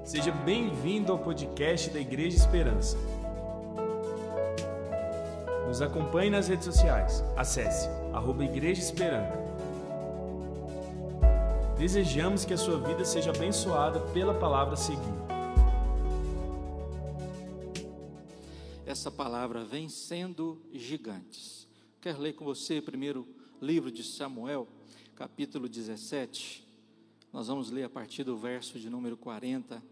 Seja bem-vindo ao podcast da Igreja Esperança. Nos acompanhe nas redes sociais. Acesse @Igreja Esperança. Desejamos que a sua vida seja abençoada pela palavra a seguir. Essa palavra, vencendo gigantes. Quero ler com você o primeiro livro de Samuel, capítulo 17. Nós vamos ler a partir do verso de número 40.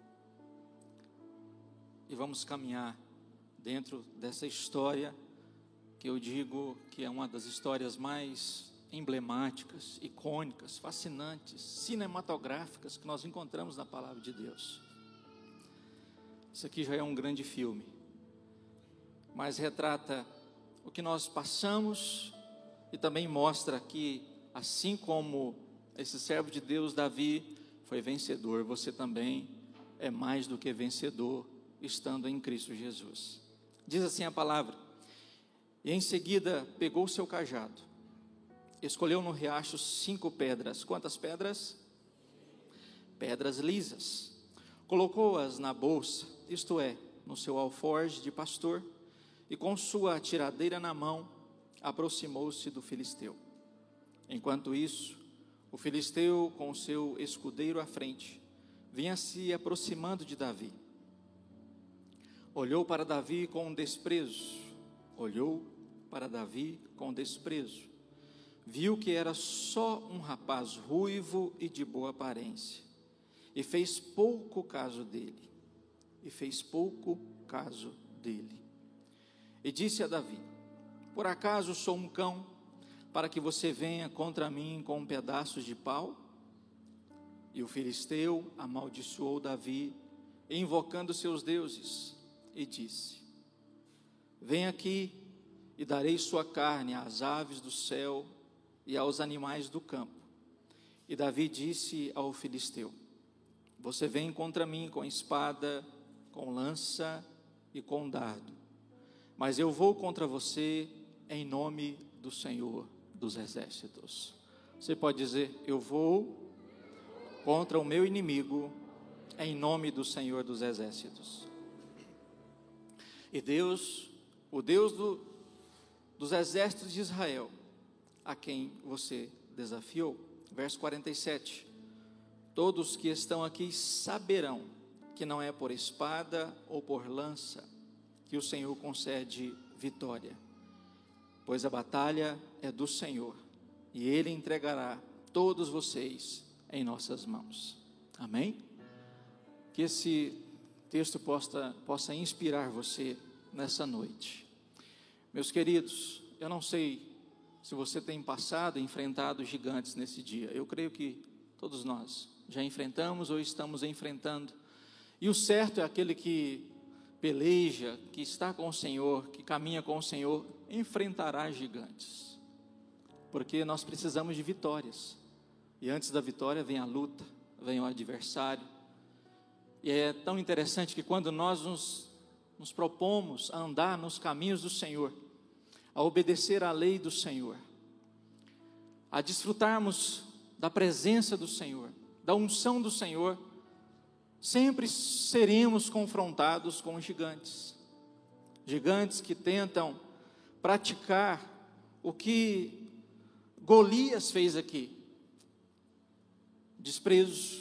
E vamos caminhar dentro dessa história, que eu digo que é uma das histórias mais emblemáticas, icônicas, fascinantes, cinematográficas que nós encontramos na palavra de Deus. Isso aqui já é um grande filme, mas retrata o que nós passamos e também mostra que, assim como esse servo de Deus, Davi, foi vencedor, você também é mais do que vencedor, estando em Cristo Jesus. Diz assim a palavra: e em seguida pegou o seu cajado, escolheu no riacho 5 pedras. Quantas pedras? Pedras lisas. Colocou-as na bolsa, isto é, no seu alforje de pastor, e com sua tiradeira na mão, aproximou-se do filisteu. Enquanto isso, o filisteu, com seu escudeiro à frente, vinha se aproximando de Davi. Olhou para Davi com desprezo, viu que era só um rapaz ruivo e de boa aparência, e fez pouco caso dele, e disse a Davi: por acaso sou um cão, para que você venha contra mim com pedaços de pau? E o filisteu amaldiçoou Davi, invocando seus deuses, e disse: vem aqui e darei sua carne às aves do céu e aos animais do campo. E Davi disse ao filisteu: você vem contra mim com espada, com lança e com dardo, mas eu vou contra você em nome do Senhor dos exércitos. Você pode dizer: eu vou contra o meu inimigo em nome do Senhor dos exércitos. E Deus, o Deus dos exércitos de Israel, a quem você desafiou. Verso 47. Todos que estão aqui saberão que não é por espada ou por lança que o Senhor concede vitória, pois a batalha é do Senhor, e Ele entregará todos vocês em nossas mãos. Amém? Que esse texto possa inspirar você nessa noite. Meus queridos, eu não sei se você tem passado e enfrentado gigantes nesse dia. Eu creio que todos nós já enfrentamos ou estamos enfrentando. E o certo é aquele que peleja, que está com o Senhor, que caminha com o Senhor, enfrentará gigantes. Porque nós precisamos de vitórias. E antes da vitória vem a luta, vem o adversário. E é tão interessante que quando nós nos propomos a andar nos caminhos do Senhor, a obedecer à lei do Senhor, a desfrutarmos da presença do Senhor, da unção do Senhor, sempre seremos confrontados com gigantes que tentam praticar o que Golias fez aqui: desprezo,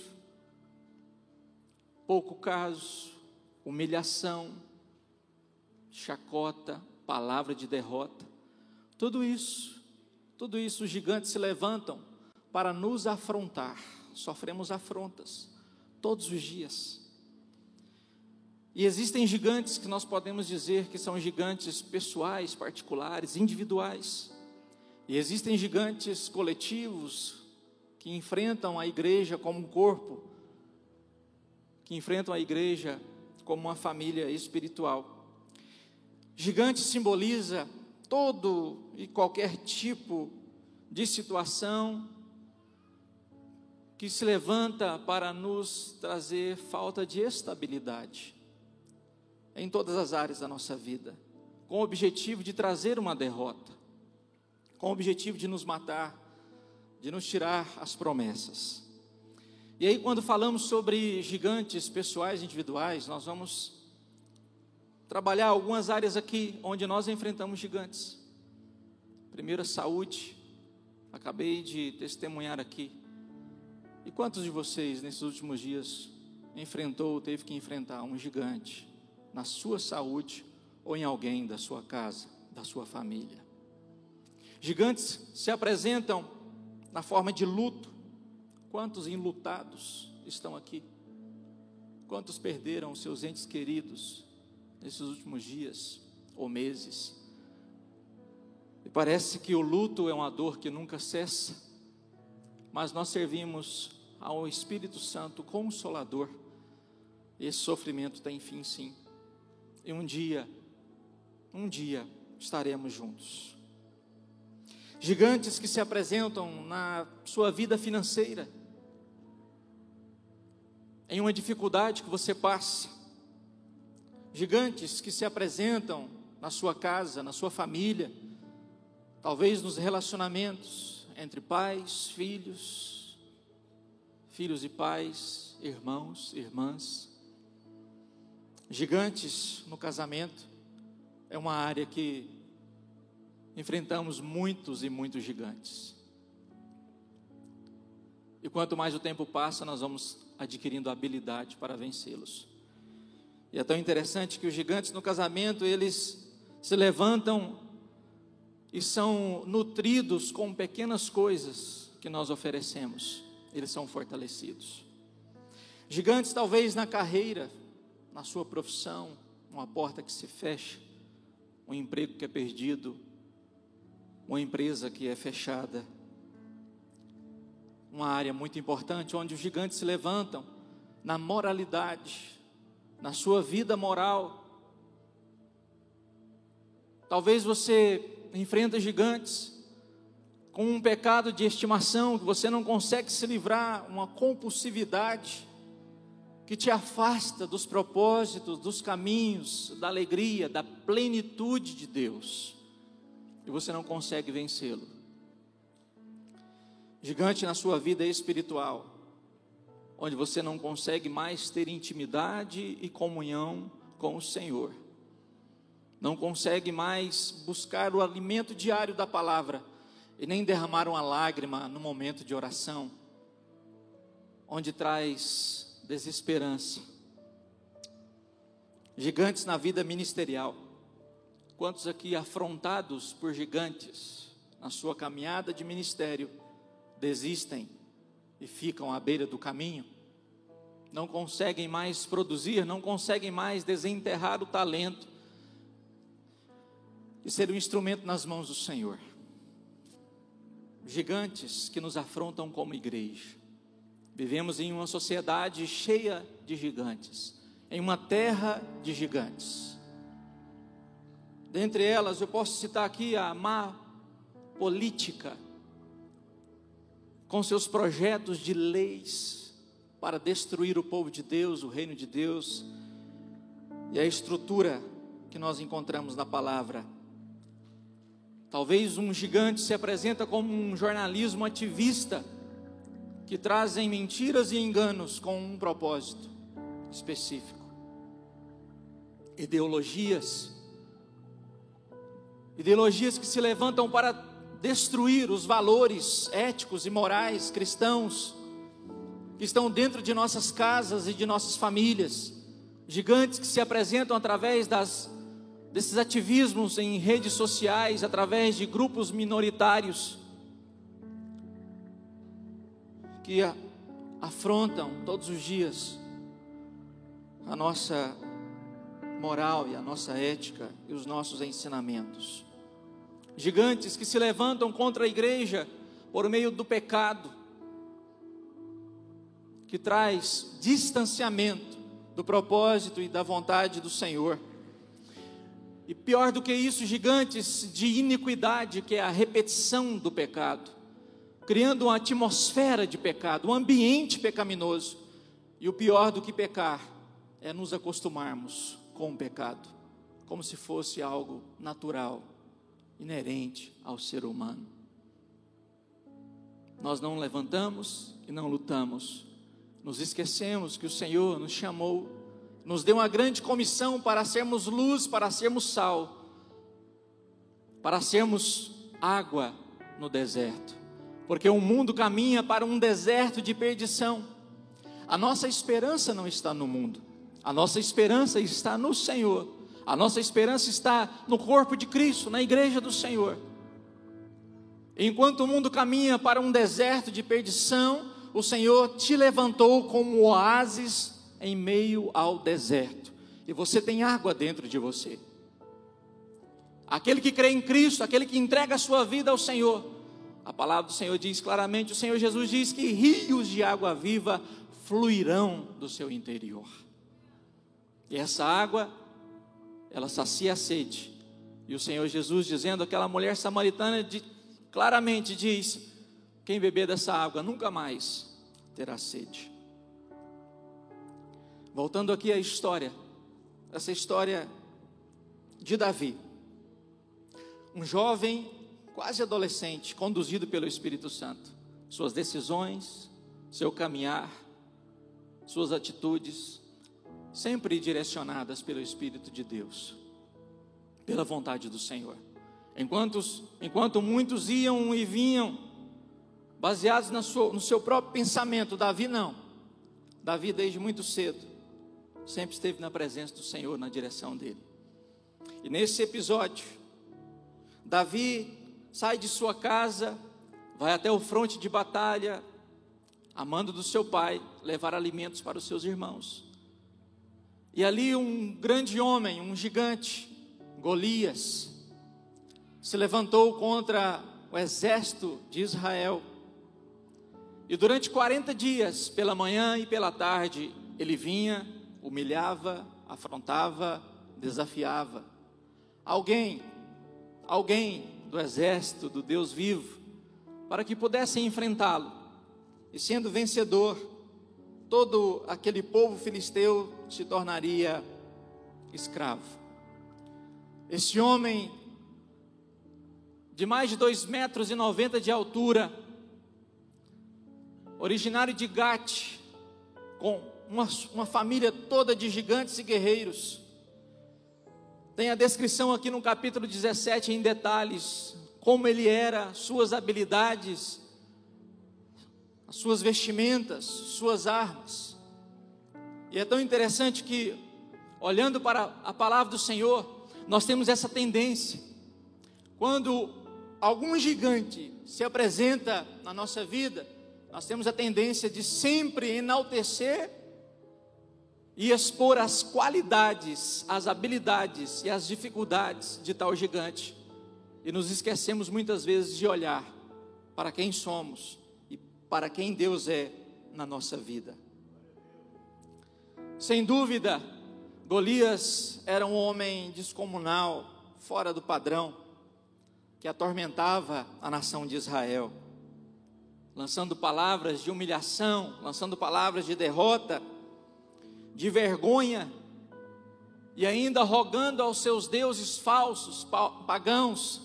pouco caso, humilhação, chacota, palavra de derrota. Tudo isso os gigantes se levantam para nos afrontar. Sofremos afrontas todos os dias. E existem gigantes que nós podemos dizer que são gigantes pessoais, particulares, individuais. E existem gigantes coletivos que enfrentam a igreja como um corpo, que enfrentam a igreja como uma família espiritual. Gigante simboliza todo e qualquer tipo de situação que se levanta para nos trazer falta de estabilidade em todas as áreas da nossa vida, com o objetivo de trazer uma derrota, com o objetivo de nos matar, de nos tirar as promessas. E aí, quando falamos sobre gigantes pessoais, individuais, nós vamos trabalhar algumas áreas aqui onde nós enfrentamos gigantes. Primeiro, a saúde. Acabei de testemunhar aqui. E quantos de vocês, nesses últimos dias, teve que enfrentar um gigante na sua saúde ou em alguém da sua casa, da sua família? Gigantes se apresentam na forma de luto. Quantos enlutados estão aqui? Quantos perderam seus entes queridos nesses últimos dias ou meses? E parece que o luto é uma dor que nunca cessa, mas nós servimos ao Espírito Santo Consolador. Esse sofrimento tem fim, sim. E um dia estaremos juntos. Gigantes que se apresentam na sua vida financeira, em uma dificuldade que você passa. Gigantes que se apresentam na sua casa, na sua família, talvez nos relacionamentos entre pais, filhos e pais, irmãos, irmãs. Gigantes no casamento é uma área que enfrentamos muitos e muitos gigantes. E quanto mais o tempo passa, nós vamos adquirindo habilidade para vencê-los. E é tão interessante que os gigantes no casamento, eles se levantam e são nutridos com pequenas coisas que nós oferecemos. Eles são fortalecidos. Gigantes talvez na carreira, na sua profissão, uma porta que se fecha, um emprego que é perdido, uma empresa que é fechada. Uma área muito importante onde os gigantes se levantam na moralidade, na sua vida moral. Talvez você enfrenta gigantes com um pecado de estimação que você não consegue se livrar, uma compulsividade que te afasta dos propósitos, dos caminhos, da alegria, da plenitude de Deus, e você não consegue vencê-lo. Gigante na sua vida espiritual, onde você não consegue mais ter intimidade e comunhão com o Senhor, não consegue mais buscar o alimento diário da palavra, e nem derramar uma lágrima no momento de oração, onde traz desesperança. Gigantes na vida ministerial. Quantos aqui afrontados por gigantes na sua caminhada de ministério desistem e ficam à beira do caminho? Não conseguem mais produzir, não conseguem mais desenterrar o talento e ser um instrumento nas mãos do Senhor. Gigantes que nos afrontam como igreja. Vivemos em uma sociedade cheia de gigantes, em uma terra de gigantes. Dentre elas, eu posso citar aqui a má política, com seus projetos de leis para destruir o povo de Deus, o reino de Deus, e a estrutura que nós encontramos na palavra. Talvez um gigante se apresenta como um jornalismo ativista, que trazem mentiras e enganos com um propósito específico. Ideologias que se levantam para destruir os valores éticos e morais cristãos que estão dentro de nossas casas e de nossas famílias. Gigantes que se apresentam através desses ativismos em redes sociais, através de grupos minoritários, que afrontam todos os dias a nossa moral e a nossa ética e os nossos ensinamentos. Gigantes que se levantam contra a igreja por meio do pecado, que traz distanciamento do propósito e da vontade do Senhor. E pior do que isso, gigantes de iniquidade, que é a repetição do pecado, criando uma atmosfera de pecado, um ambiente pecaminoso. E o pior do que pecar é nos acostumarmos com o pecado, como se fosse algo natural, inerente ao ser humano. Nós não levantamos e não lutamos nos esquecemos que o Senhor nos chamou, nos deu uma grande comissão para sermos luz, para sermos sal, para sermos água no deserto, porque o mundo caminha para um deserto de perdição. A nossa esperança não está no mundo, a nossa esperança está no Senhor, a nossa esperança está no corpo de Cristo, na igreja do Senhor. Enquanto o mundo caminha para um deserto de perdição, o Senhor te levantou como oásis em meio ao deserto, e você tem água dentro de você. Aquele que crê em Cristo, aquele que entrega a sua vida ao Senhor, a palavra do Senhor diz claramente, o Senhor Jesus diz que rios de água viva fluirão do seu interior. E essa água, ela sacia a sede. E o Senhor Jesus, dizendo àquela mulher samaritana, claramente diz: quem beber dessa água nunca mais terá sede. Voltando aqui à história, essa história de Davi, um jovem quase adolescente, conduzido pelo Espírito Santo, suas decisões, seu caminhar, suas atitudes, sempre direcionadas pelo Espírito de Deus, pela vontade do Senhor. Enquanto muitos iam e vinham, baseados no seu próprio pensamento, Davi não. Davi, desde muito cedo, sempre esteve na presença do Senhor, na direção dele. E nesse episódio, Davi sai de sua casa, vai até o fronte de batalha, a mando do seu pai, levar alimentos para os seus irmãos. E ali um grande homem, um gigante, Golias, se levantou contra o exército de Israel. E durante 40 dias, pela manhã e pela tarde, ele vinha, humilhava, afrontava, desafiava alguém do exército do Deus vivo, para que pudessem enfrentá-lo. E sendo vencedor, todo aquele povo filisteu se tornaria escravo. Esse homem, de mais de 2,90 metros de altura, originário de Gate, com uma família toda de gigantes e guerreiros. Tem a descrição aqui no capítulo 17 em detalhes, como ele era, suas habilidades, as suas vestimentas, suas armas. E é tão interessante que, olhando para a palavra do Senhor, nós temos essa tendência. Quando algum gigante se apresenta na nossa vida, nós temos a tendência de sempre enaltecer e expor as qualidades, as habilidades e as dificuldades de tal gigante. E nos esquecemos muitas vezes de olhar para quem somos e para quem Deus é na nossa vida. Sem dúvida, Golias era um homem descomunal, fora do padrão, que atormentava a nação de Israel, lançando palavras de humilhação, lançando palavras de derrota, de vergonha, e ainda rogando aos seus deuses falsos, pagãos,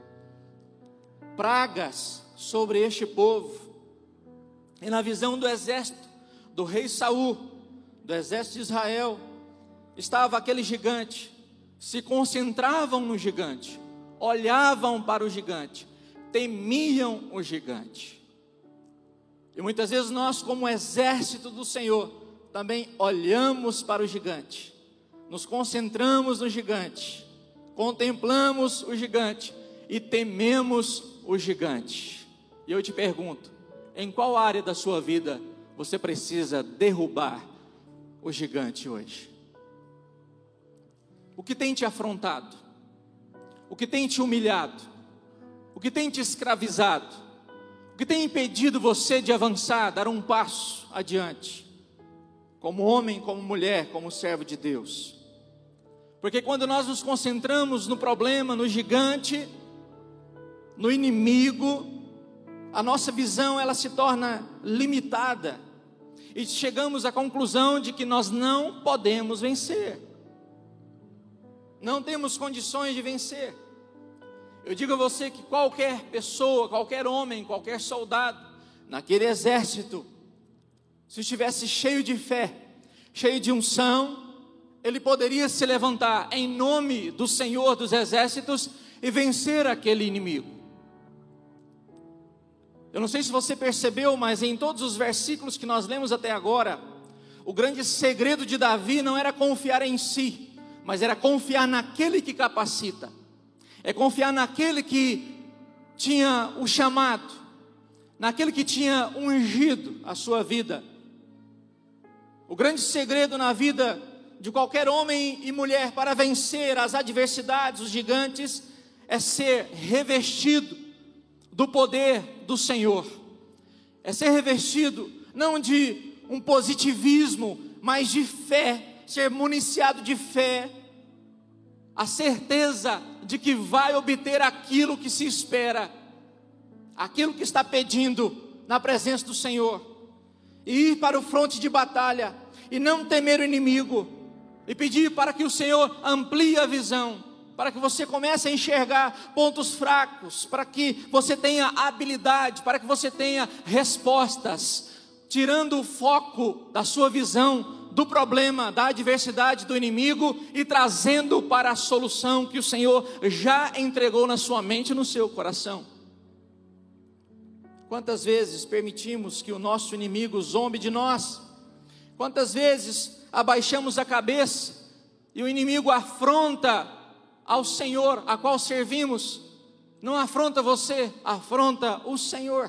pragas sobre este povo. E na visão do exército, do rei Saul, do exército de Israel, estava aquele gigante, se concentravam no gigante, olhavam para o gigante, temiam o gigante. E muitas vezes nós, como exército do Senhor, também olhamos para o gigante, nos concentramos no gigante, contemplamos o gigante e tememos o gigante. E eu te pergunto, em qual área da sua vida você precisa derrubar o gigante hoje? O que tem te afrontado? O que tem te humilhado? O que tem te escravizado? O que tem impedido você de avançar, dar um passo adiante? Como homem, como mulher, como servo de Deus. Porque quando nós nos concentramos no problema, no gigante, no inimigo, a nossa visão ela se torna limitada. E chegamos à conclusão de que nós não podemos vencer. Não temos condições de vencer. Eu digo a você que qualquer pessoa, qualquer homem, qualquer soldado, naquele exército, se estivesse cheio de fé, cheio de unção, ele poderia se levantar em nome do Senhor dos Exércitos e vencer aquele inimigo. Eu não sei se você percebeu, mas em todos os versículos que nós lemos até agora, o grande segredo de Davi não era confiar em si, mas era confiar naquele que capacita, é confiar naquele que tinha o chamado, naquele que tinha ungido a sua vida. O grande segredo na vida de qualquer homem e mulher para vencer as adversidades, os gigantes, é ser revestido do poder do Senhor, é ser revestido não de um positivismo, mas de fé, ser municiado de fé, a certeza de que vai obter aquilo que se espera, aquilo que está pedindo na presença do Senhor, e ir para o fronte de batalha, e não temer o inimigo, e pedir para que o Senhor amplie a visão, para que você comece a enxergar pontos fracos, para que você tenha habilidade, para que você tenha respostas, tirando o foco da sua visão, do problema, da adversidade do inimigo, e trazendo para a solução que o Senhor já entregou na sua mente e no seu coração. Quantas vezes permitimos que o nosso inimigo zombe de nós? Quantas vezes abaixamos a cabeça e o inimigo afronta ao Senhor a qual servimos? Não afronta você, afronta o Senhor.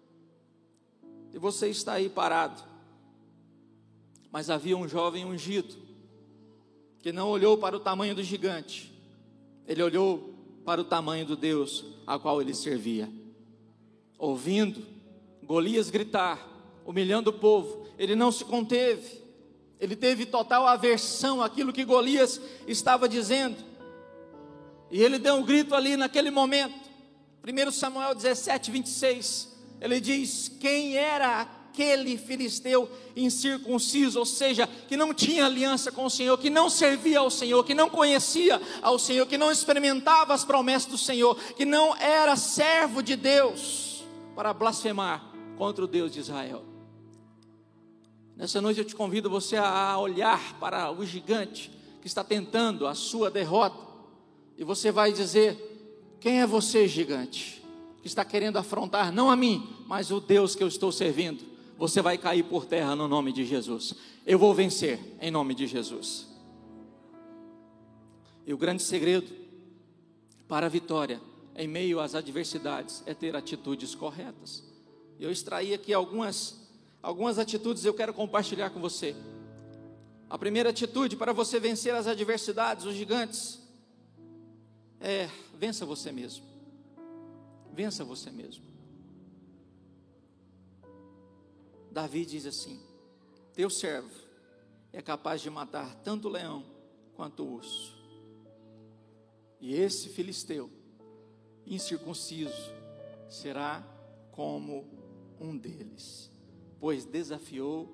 E você está aí parado. Mas havia um jovem ungido que não olhou para o tamanho do gigante, ele olhou para o tamanho do Deus a qual ele servia. Ouvindo Golias gritar, humilhando o povo, ele não se conteve, ele teve total aversão àquilo que Golias estava dizendo, e ele deu um grito ali naquele momento. 1 Samuel 17, 26, ele diz: quem era aquele filisteu incircunciso, ou seja, que não tinha aliança com o Senhor, que não servia ao Senhor, que não conhecia ao Senhor, que não experimentava as promessas do Senhor, que não era servo de Deus, para blasfemar contra o Deus de Israel? Nessa noite eu te convido você a olhar para o gigante que está tentando a sua derrota, e você vai dizer: quem é você, gigante, que está querendo afrontar não a mim, mas o Deus que eu estou servindo? Você vai cair por terra no nome de Jesus. Eu vou vencer em nome de Jesus. E o grande segredo para a vitória em meio às adversidades é ter atitudes corretas. Eu extraí aqui algumas atitudes, eu quero compartilhar com você. A primeira atitude para você vencer as adversidades, os gigantes, é: vença você mesmo. Vença você mesmo. Davi diz assim: teu servo é capaz de matar tanto o leão quanto o urso, e esse filisteu incircunciso será como um deles, pois desafiou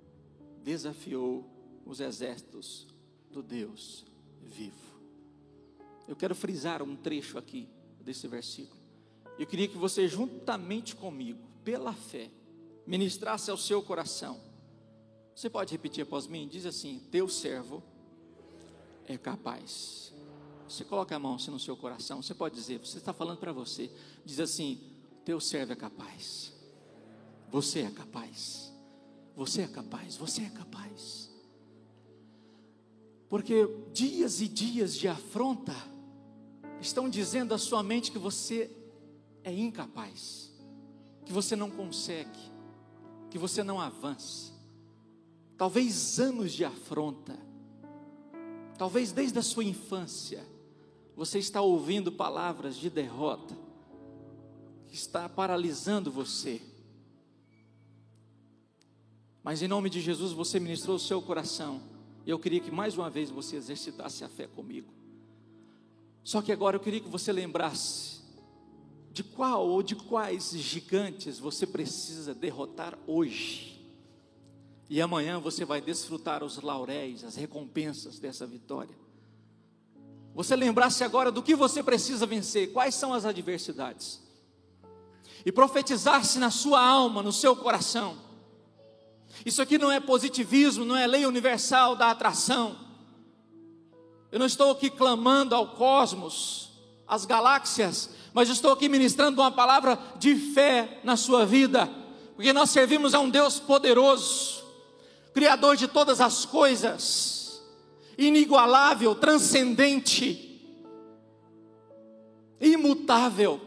os exércitos do Deus vivo. Eu quero frisar um trecho aqui desse versículo. Eu queria que você, juntamente comigo, pela fé, ministrasse ao seu coração. Você pode repetir após mim? Diz assim: teu servo é capaz. Você coloca a mão assim no seu coração. Você pode dizer, você está falando para você. Diz assim: teu servo é capaz. Você é capaz. Você é capaz. Você é capaz. Porque dias e dias de afronta estão dizendo à sua mente que você é incapaz, que você não consegue, que você não avança. Talvez anos de afronta, talvez desde a sua infância, você está ouvindo palavras de derrota, que está paralisando você. Mas em nome de Jesus você ministrou o seu coração, e eu queria que mais uma vez você exercitasse a fé comigo. Só que agora eu queria que você lembrasse de qual ou de quais gigantes você precisa derrotar hoje, e amanhã você vai desfrutar os lauréis, as recompensas dessa vitória. Você lembrasse agora do que você precisa vencer, quais são as adversidades, e profetizasse na sua alma, no seu coração: Isso aqui não é positivismo, não é lei universal da atração. Eu não estou aqui clamando ao cosmos, às galáxias, mas estou aqui ministrando uma palavra de fé na sua vida, porque nós servimos a um Deus poderoso, Criador de todas as coisas, inigualável, transcendente, imutável.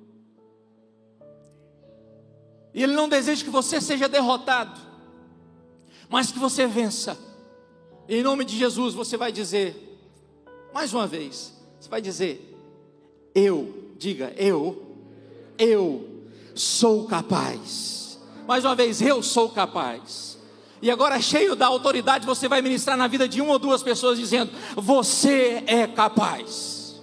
E Ele não deseja que você seja derrotado, mas que você vença. E em nome de Jesus você vai dizer, mais uma vez, você vai dizer, diga, eu sou capaz. Mais uma vez, eu sou capaz. E agora, cheio da autoridade, você vai ministrar na vida de uma ou duas pessoas dizendo, você é capaz.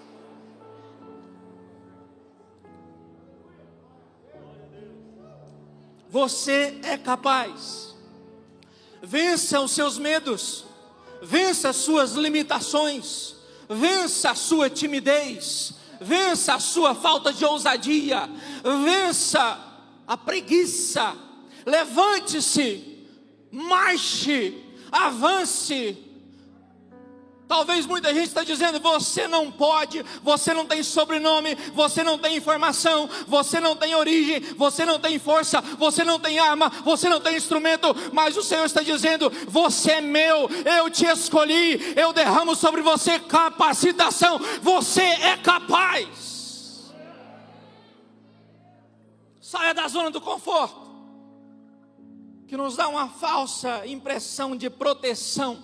Você é capaz. Vença os seus medos, vença as suas limitações, vença a sua timidez, vença a sua falta de ousadia, vença a preguiça. Levante-se, marche, avance. Talvez muita gente está dizendo, você não pode, você não tem sobrenome, você não tem informação, você não tem origem, você não tem força, você não tem arma, você não tem instrumento, mas o Senhor está dizendo, você é meu, eu te escolhi, eu derramo sobre você capacitação, você é capaz. Saia da zona do conforto, que nos dá uma falsa impressão de proteção.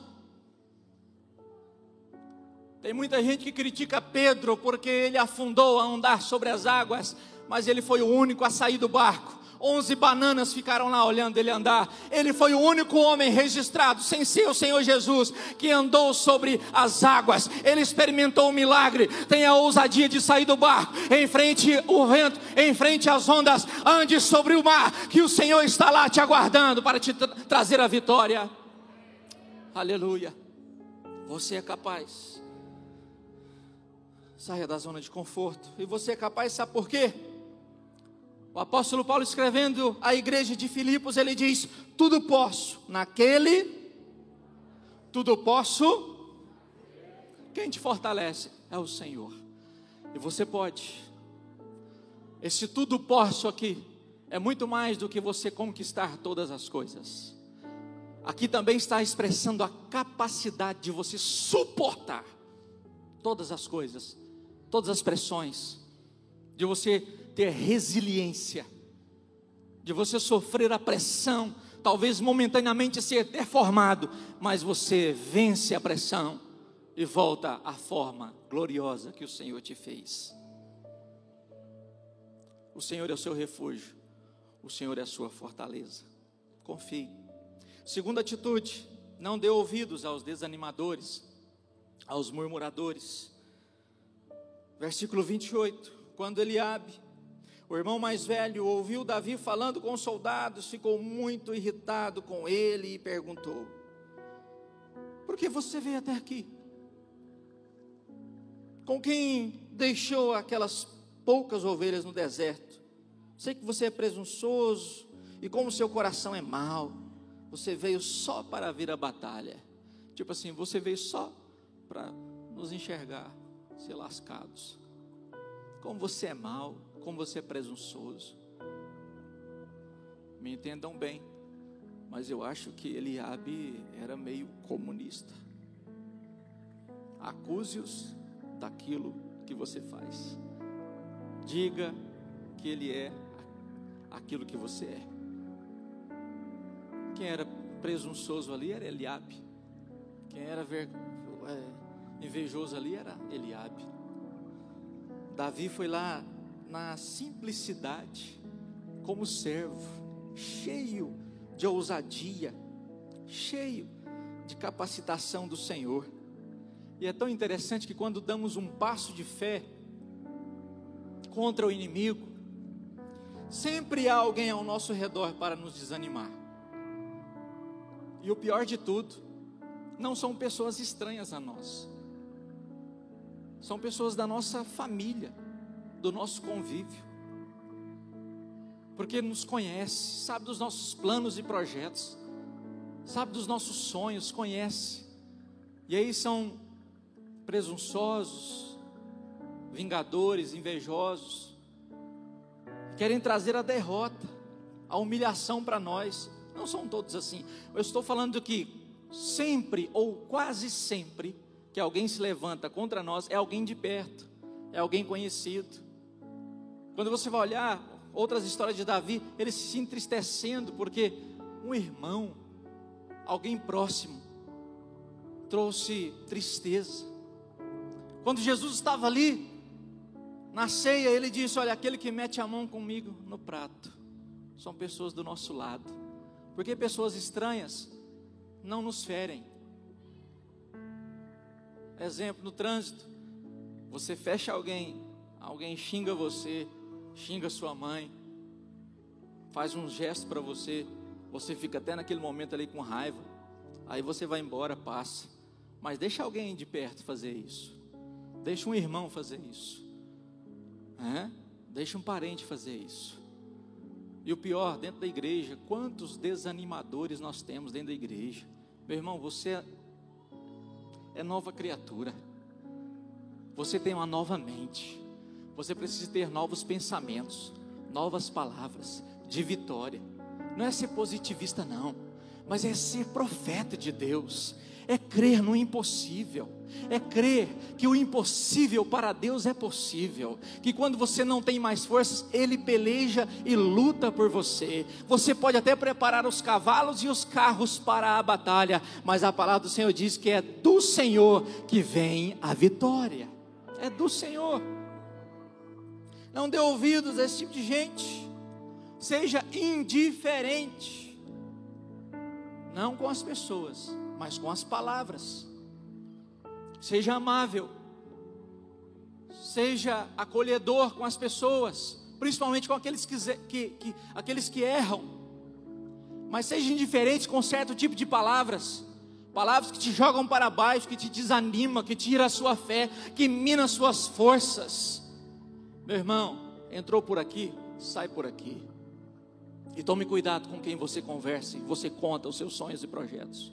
Tem muita gente que critica Pedro porque ele afundou a andar sobre as águas, mas ele foi o único a sair do barco. 11 bananas ficaram lá olhando ele andar. Ele foi o único homem registrado, sem ser o Senhor Jesus, que andou sobre as águas. Ele experimentou um milagre. Tenha a ousadia de sair do barco, enfrente o vento, enfrente as ondas, ande sobre o mar, que o Senhor está lá te aguardando para te trazer a vitória. Aleluia. Você é capaz. Saia da zona de conforto. E você é capaz, sabe por quê? O apóstolo Paulo, escrevendo à igreja de Filipos, ele diz, tudo posso naquele, tudo posso, quem te fortalece é o Senhor. E você pode. Esse tudo posso aqui é muito mais do que você conquistar todas as coisas. Aqui também está expressando a capacidade de você suportar todas as coisas, todas as pressões, de você ter resiliência, de você sofrer a pressão, talvez momentaneamente ser deformado, mas você vence a pressão e volta à forma gloriosa que o Senhor te fez. O Senhor é o seu refúgio, o Senhor é a sua fortaleza. Confie. Segunda atitude, não dê ouvidos aos desanimadores, aos murmuradores. Versículo 28, quando Eliabe, o irmão mais velho, ouviu Davi falando com os soldados, ficou muito irritado com ele e perguntou, por que você veio até aqui? Com quem deixou aquelas poucas ovelhas no deserto? Sei que você é presunçoso e como seu coração é mau, você veio só para vir à batalha. Tipo assim, você veio só para nos enxergar, ser lascados. Como você é mau, como você é presunçoso. Me entendam bem, mas eu acho que Eliabe era meio comunista. Acuse-os daquilo que você faz. Diga que ele é aquilo que você é. Quem era presunçoso ali era Eliabe. Quem era invejoso ali era Eliabe. Davi foi lá na simplicidade, como servo, cheio de ousadia, cheio de capacitação do Senhor. E é tão interessante que quando damos um passo de fé contra o inimigo, sempre há alguém ao nosso redor para nos desanimar. E o pior de tudo, não são pessoas estranhas a nós, são pessoas da nossa família, do nosso convívio. porque nos conhece, sabe dos nossos planos e projetos, sabe dos nossos sonhos, conhece. E aí são presunçosos, vingadores, invejosos, querem trazer a derrota, a humilhação para nós. Não são todos assim. Eu estou falando que sempre ou quase sempre que alguém se levanta contra nós é alguém de perto, é alguém conhecido. Quando você vai olhar outras histórias de Davi, ele se entristecendo porque um irmão, alguém próximo, trouxe tristeza. Quando Jesus estava ali na ceia, ele disse: olha, aquele que mete a mão comigo no prato são pessoas do nosso lado, porque pessoas estranhas não nos ferem. Exemplo, no trânsito, você fecha alguém xinga você, xinga sua mãe, faz um gesto para você, você fica até naquele momento ali com raiva, aí você vai embora, passa, mas deixa alguém de perto fazer isso, deixa um irmão fazer isso, deixa um parente fazer isso. E o pior, dentro da igreja, quantos desanimadores nós temos dentro da igreja. Meu irmão, você é nova criatura, você tem uma nova mente, você precisa ter novos pensamentos, novas palavras de vitória. Não é ser positivista não, mas é ser profeta de Deus, é crer no impossível, é crer que o impossível para Deus é possível, que quando você não tem mais forças, Ele peleja e luta por você. Você pode até preparar os cavalos e os carros para a batalha, mas a palavra do Senhor diz que é do Senhor que vem a vitória, é do Senhor. Não dê ouvidos a esse tipo de gente, seja indiferente, não com as pessoas, mas com as palavras. Seja amável, seja acolhedor com as pessoas, principalmente com aqueles aqueles que erram, mas seja indiferente com certo tipo de palavras que te jogam para baixo, que te desanimam, que tira a sua fé, que mina as suas forças. Meu irmão, entrou por aqui, sai por aqui, e tome cuidado com quem você conversa, você conta os seus sonhos e projetos.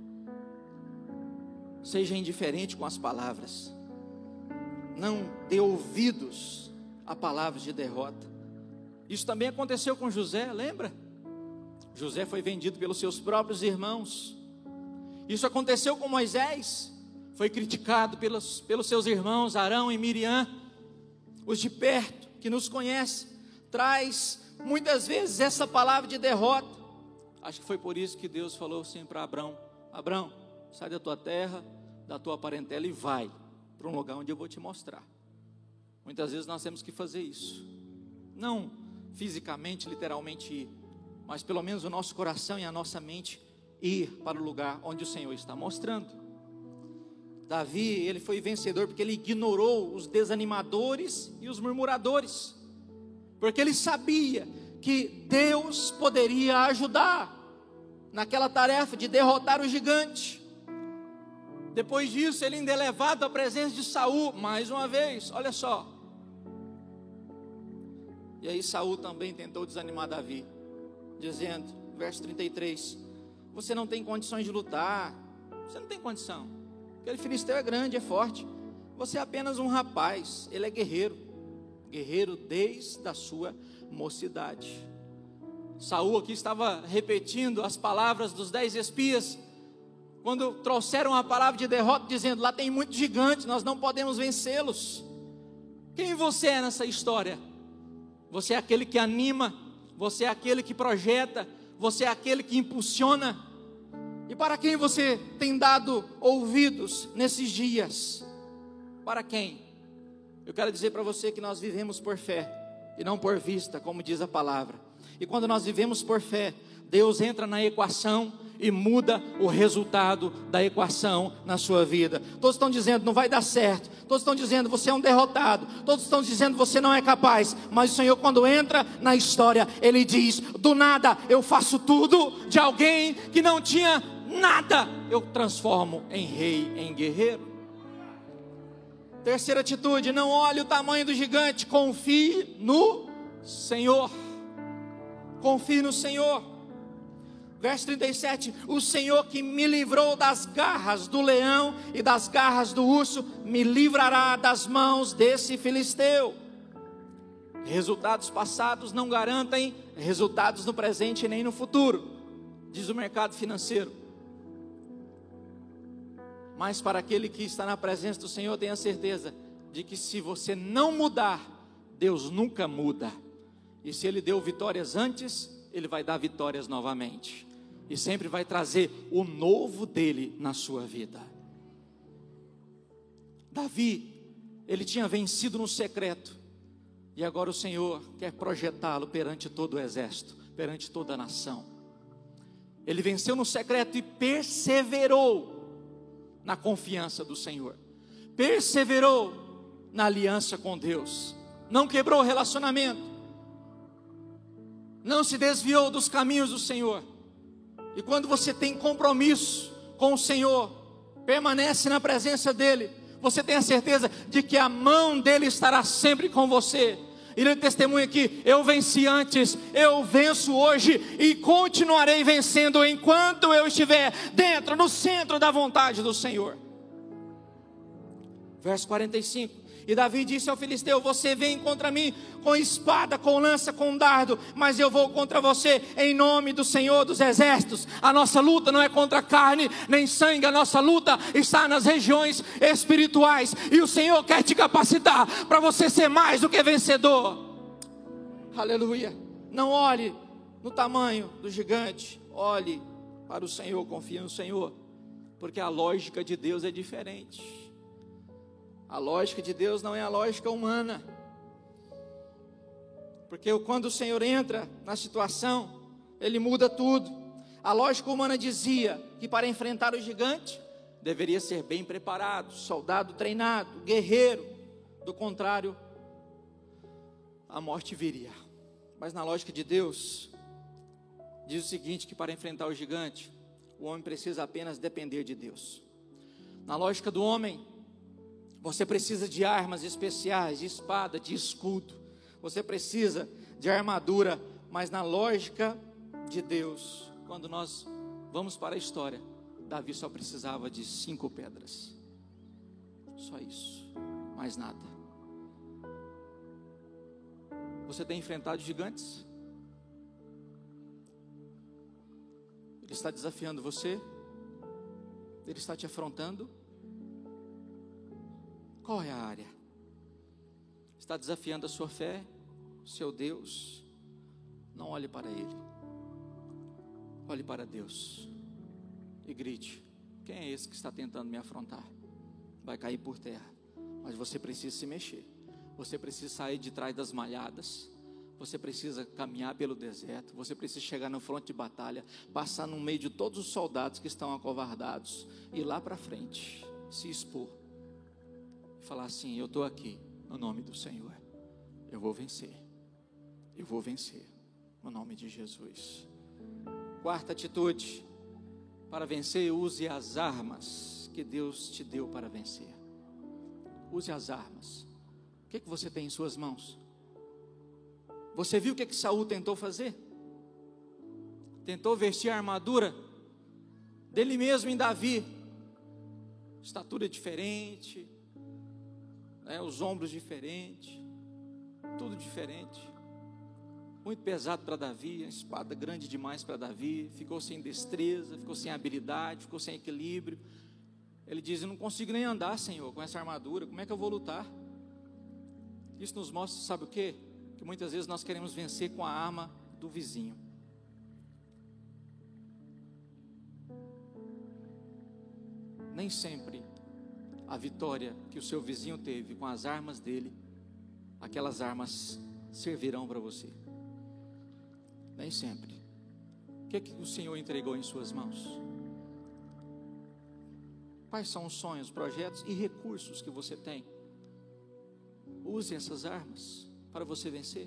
Seja indiferente com as palavras, não dê ouvidos a palavras de derrota. Isso também aconteceu com José, lembra? José foi vendido pelos seus próprios irmãos. Isso aconteceu com Moisés, foi criticado pelos seus irmãos Arão e Miriam. Os de perto, que nos conhecem, traz muitas vezes essa palavra de derrota. Acho que foi por isso que Deus falou assim para Abrão: Abrão, sai da tua terra, da tua parentela e vai para um lugar onde eu vou te mostrar. Muitas vezes nós temos que fazer isso, não fisicamente, literalmente ir, mas pelo menos o nosso coração e a nossa mente ir para o lugar onde o Senhor está mostrando. Davi, ele foi vencedor porque ele ignorou os desanimadores e os murmuradores, porque ele sabia que Deus poderia ajudar naquela tarefa de derrotar o gigante. Depois disso, ele ainda é levado à presença de Saul, mais uma vez, olha só. E aí Saul também tentou desanimar Davi, dizendo, verso 33, você não tem condições de lutar, você não tem condição. Aquele filisteu é grande, é forte, você é apenas um rapaz, ele é guerreiro desde a sua mocidade. Saul aqui estava repetindo as palavras dos 10 espias, quando trouxeram a palavra de derrota, dizendo, lá tem muito gigante, nós não podemos vencê-los. Quem você é nessa história? Você é aquele que anima, você é aquele que projeta, você é aquele que impulsiona. E para quem você tem dado ouvidos nesses dias? Para quem? Eu quero dizer para você que nós vivemos por fé e não por vista, como diz a palavra. E quando nós vivemos por fé, Deus entra na equação e muda o resultado da equação na sua vida. Todos estão dizendo, não vai dar certo. Todos estão dizendo, você é um derrotado. Todos estão dizendo, você não é capaz. Mas o Senhor, quando entra na história, Ele diz, do nada eu faço tudo. De alguém que não tinha nada, eu transformo em rei, em guerreiro. Terceira atitude, não olhe o tamanho do gigante, confie no Senhor. confie no Senhor. Verso 37, o Senhor que me livrou das garras do leão e das garras do urso, me livrará das mãos desse filisteu. Resultados passados não garantem resultados no presente nem no futuro, diz o mercado financeiro. Mas para aquele que está na presença do Senhor, tenha certeza de que se você não mudar, Deus nunca muda. E se Ele deu vitórias antes, Ele vai dar vitórias novamente. E sempre vai trazer o novo dele na sua vida. Davi, ele tinha vencido no secreto. E agora o Senhor quer projetá-lo perante todo o exército, perante toda a nação. Ele venceu no secreto e perseverou na confiança do Senhor. Perseverou na aliança com Deus. Não quebrou o relacionamento. Não se desviou dos caminhos do Senhor. E quando você tem compromisso com o Senhor, permanece na presença dEle, você tem a certeza de que a mão dEle estará sempre com você. E Ele testemunha que eu venci antes, eu venço hoje e continuarei vencendo enquanto eu estiver dentro, no centro da vontade do Senhor. Verso 45. E Davi disse ao filisteu: você vem contra mim com espada, com lança, com dardo, mas eu vou contra você em nome do Senhor dos exércitos. A nossa luta não é contra carne nem sangue, a nossa luta está nas regiões espirituais, e o Senhor quer te capacitar para você ser mais do que vencedor. Aleluia. Não olhe no tamanho do gigante, olhe para o Senhor, confie no Senhor, porque a lógica de Deus é diferente. A lógica de Deus não é a lógica humana. Porque quando o Senhor entra na situação, Ele muda tudo. A lógica humana dizia que para enfrentar o gigante, deveria ser bem preparado, soldado treinado, guerreiro. Do contrário, a morte viria. Mas na lógica de Deus, diz o seguinte, que para enfrentar o gigante, o homem precisa apenas depender de Deus. Na lógica do homem, você precisa de armas especiais, de espada, de escudo. Você precisa de armadura. Mas na lógica de Deus, quando nós vamos para a história, Davi só precisava de 5 pedras. Só isso, mais nada. Você tem enfrentado gigantes? Ele está desafiando você? Ele está te afrontando? Qual é a área? Está desafiando a sua fé, o seu Deus? Não olhe para Ele, olhe para Deus e grite: quem é esse que está tentando me afrontar? Vai cair por terra. Mas você precisa se mexer, você precisa sair de trás das malhadas, você precisa caminhar pelo deserto, você precisa chegar no fronte de batalha, passar no meio de todos os soldados que estão acovardados, ir lá para frente, se expor, falar assim: eu estou aqui, no nome do Senhor, eu vou vencer, no nome de Jesus. Quarta atitude, para vencer, use as armas que Deus te deu para vencer. Use as armas. O que você tem em suas mãos? Você viu o que Saul tentou fazer? Tentou vestir a armadura dele mesmo em Davi, estatura diferente, os ombros diferentes, tudo diferente, muito pesado para Davi, a espada grande demais para Davi, ficou sem destreza, ficou sem habilidade, ficou sem equilíbrio. Ele diz: eu não consigo nem andar, Senhor, com essa armadura, como é que eu vou lutar? Isso nos mostra, sabe o quê? Que muitas vezes nós queremos vencer com a arma do vizinho. Nem sempre a vitória que o seu vizinho teve com as armas dele, aquelas armas servirão para você. Nem sempre. O que o Senhor entregou em suas mãos? Quais são os sonhos, projetos e recursos que você tem? Use essas armas para você vencer.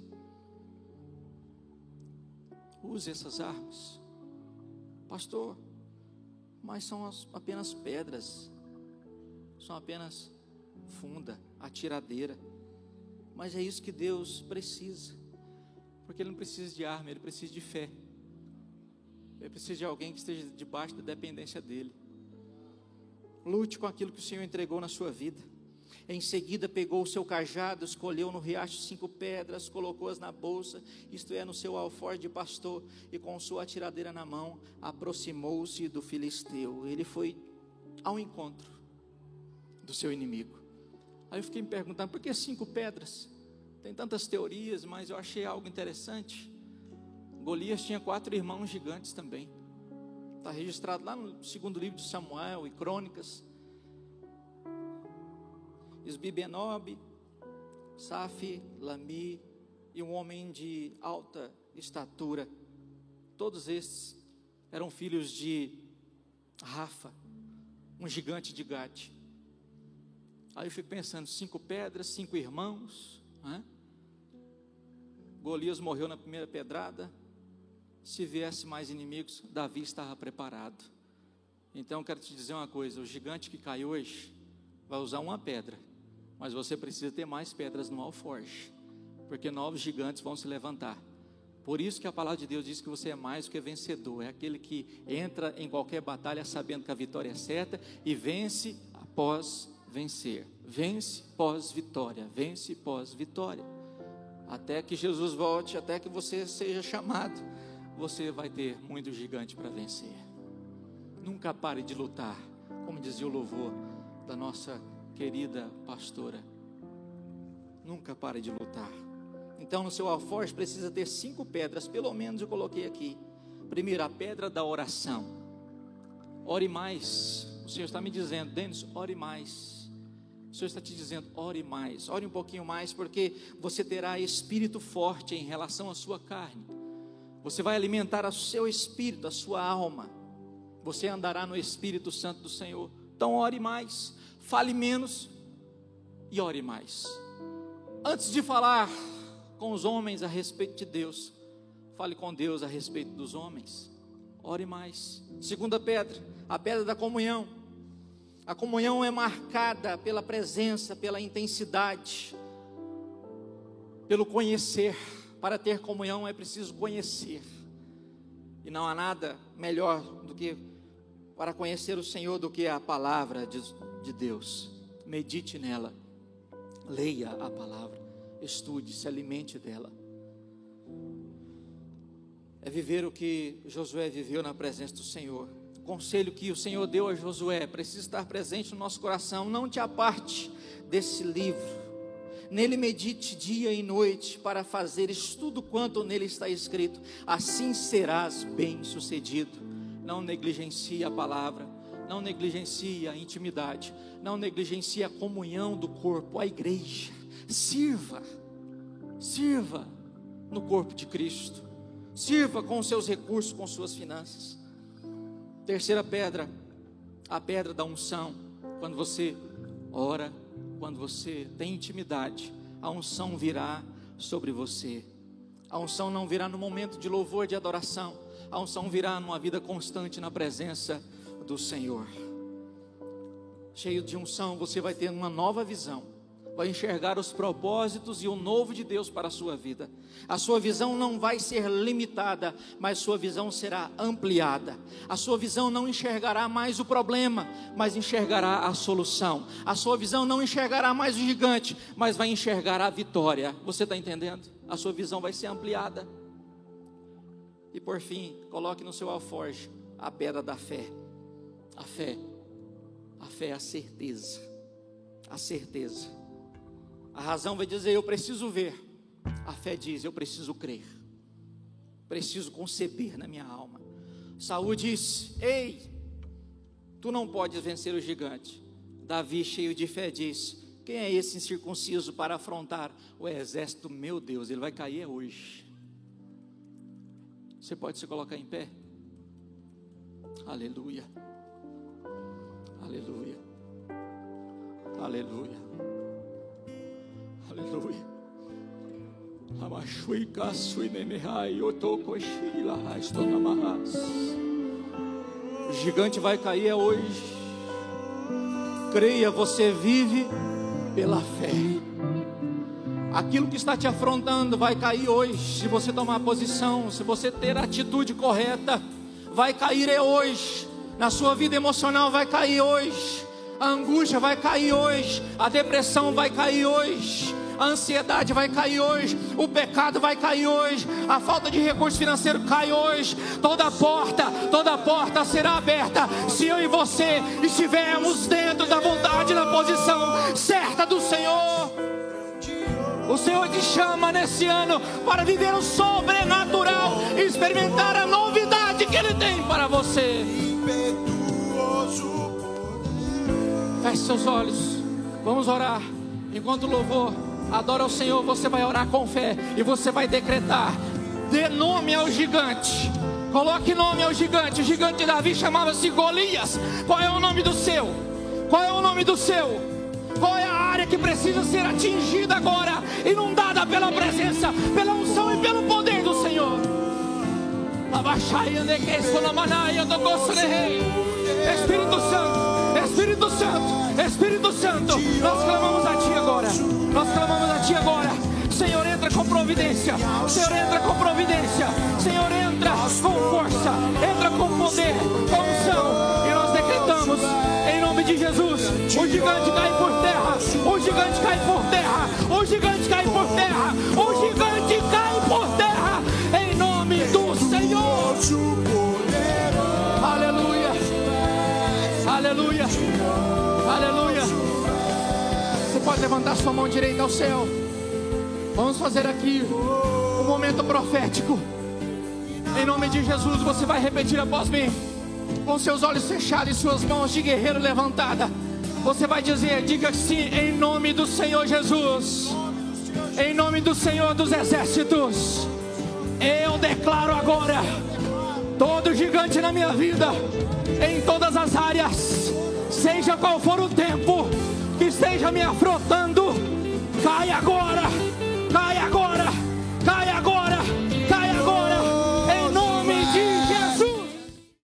Use essas armas. Pastor, mas são apenas pedras, são apenas funda, atiradeira. Mas é isso que Deus precisa. Porque ele não precisa de arma, ele precisa de fé. Ele precisa de alguém que esteja debaixo da dependência dele. Lute com aquilo que o Senhor entregou na sua vida. Em seguida pegou o seu cajado, escolheu no riacho 5 pedras, colocou-as na bolsa, isto é, no seu alforje de pastor, e com sua atiradeira na mão, aproximou-se do filisteu. Ele foi ao encontro do seu inimigo. Aí eu fiquei me perguntando, por que 5 pedras? Tem tantas teorias, mas eu achei algo interessante. Golias tinha 4 irmãos gigantes também. Está registrado lá no 2º livro de Samuel e Crônicas. Isbi-Benob, Safi, Lami e um homem de alta estatura. Todos estes eram filhos de Rafa, um gigante de Gate. Aí eu fico pensando, 5 pedras, 5 irmãos, né? Golias morreu na primeira pedrada. Se viesse mais inimigos, Davi estava preparado. Então eu quero te dizer uma coisa, o gigante que cai hoje vai usar uma pedra, mas você precisa ter mais pedras no alforje, porque novos gigantes vão se levantar. Por isso que a palavra de Deus diz que você é mais do que vencedor. É aquele que entra em qualquer batalha sabendo que a vitória é certa e vence após vencer. Vence pós vitória, vence pós vitória. Até que Jesus volte, até que você seja chamado, você vai ter muito gigante para vencer. Nunca pare de lutar, como dizia o louvor da nossa querida pastora. Nunca pare de lutar. Então no seu alforje precisa ter 5 pedras, pelo menos eu coloquei aqui. Primeiro, a pedra da oração. Ore mais. O Senhor está me dizendo, Denis, ore mais. O Senhor está te dizendo, ore mais. Ore um pouquinho mais, porque você terá espírito forte em relação à sua carne. Você vai alimentar o seu espírito, a sua alma. Você andará no Espírito Santo do Senhor. Então ore mais, fale menos e ore mais. Antes de falar com os homens a respeito de Deus, fale com Deus a respeito dos homens. Ore mais. Segunda pedra, a pedra da comunhão. A comunhão é marcada pela presença, pela intensidade, pelo conhecer. Para ter comunhão é preciso conhecer. E não há nada melhor do que para conhecer o Senhor do que a palavra de Deus. Medite nela, leia a palavra, estude, se alimente dela. É viver o que Josué viveu na presença do Senhor. O conselho que o Senhor deu a Josué precisa estar presente no nosso coração. Não te aparte desse livro. Nele medite dia e noite para fazeres tudo quanto nele está escrito. Assim serás bem sucedido. Não negligencie a palavra, não negligencie a intimidade, não negligencie a comunhão do corpo, a igreja. Sirva no corpo de Cristo. Sirva com os seus recursos, com suas finanças. Terceira pedra, a pedra da unção. Quando você ora, quando você tem intimidade, a unção virá sobre você. A unção não virá no momento de louvor, de adoração. A unção virá numa vida constante na presença do Senhor. Cheio de unção, você vai ter uma nova visão. Vai enxergar os propósitos e o novo de Deus para a sua vida. A sua visão não vai ser limitada, mas sua visão será ampliada. A sua visão não enxergará mais o problema, mas enxergará a solução. A sua visão não enxergará mais o gigante, mas vai enxergar a vitória. Você está entendendo? A sua visão vai ser ampliada. E por fim, coloque no seu alforje a pedra da fé. A fé é a certeza. A certeza. A razão vai dizer, eu preciso ver. A fé diz, eu preciso crer. Preciso conceber na minha alma. Saul disse, ei, tu não podes vencer o gigante. Davi, cheio de fé, disse, quem é esse incircunciso para afrontar o exército do meu Deus? Ele vai cair hoje. Você pode se colocar em pé? Aleluia. Aleluia. Aleluia. Aleluia. O gigante vai cair hoje. Creia, você vive pela fé. Aquilo que está te afrontando vai cair hoje, se você tomar posição, se você ter a atitude correta, vai cair hoje. Na sua vida emocional vai cair hoje, a angústia vai cair hoje, a depressão vai cair hoje, a ansiedade vai cair hoje, o pecado vai cair hoje, a falta de recurso financeiro cai hoje. Toda porta será aberta se eu e você estivermos dentro da vontade, na posição certa do Senhor. O Senhor te chama nesse ano para viver o sobrenatural e experimentar a novidade que Ele tem para você. Feche seus olhos, vamos orar. Enquanto o louvor adora o Senhor, você vai orar com fé e você vai decretar. Dê nome ao gigante, coloque nome ao gigante. O gigante de Davi chamava-se Golias. Qual é o nome do seu? Qual é o nome do seu? Qual é a área que precisa ser atingida agora, inundada pela presença, pela unção e pelo poder do Senhor? Espírito Santo, Espírito Santo, Espírito Santo, nós clamamos a Ti agora, nós clamamos a Ti agora. Senhor, entra com providência, Senhor, entra com providência, Senhor, entra com força, entra com poder, com unção, e nós decretamos, em nome de Jesus, o gigante cai por terra, o gigante cai por terra, o gigante cai por terra, o gigante cai por terra, em nome do Senhor. Aleluia, aleluia, aleluia. Você pode levantar sua mão direita ao céu. Vamos fazer aqui um momento profético. Em nome de Jesus, você vai repetir após mim, com seus olhos fechados e suas mãos de guerreiro levantada. Você vai dizer, diga sim, em nome do Senhor Jesus, em nome do Senhor dos exércitos, eu declaro agora, todo gigante na minha vida, em todas as áreas, seja qual for o tempo que esteja me afrontando, cai agora,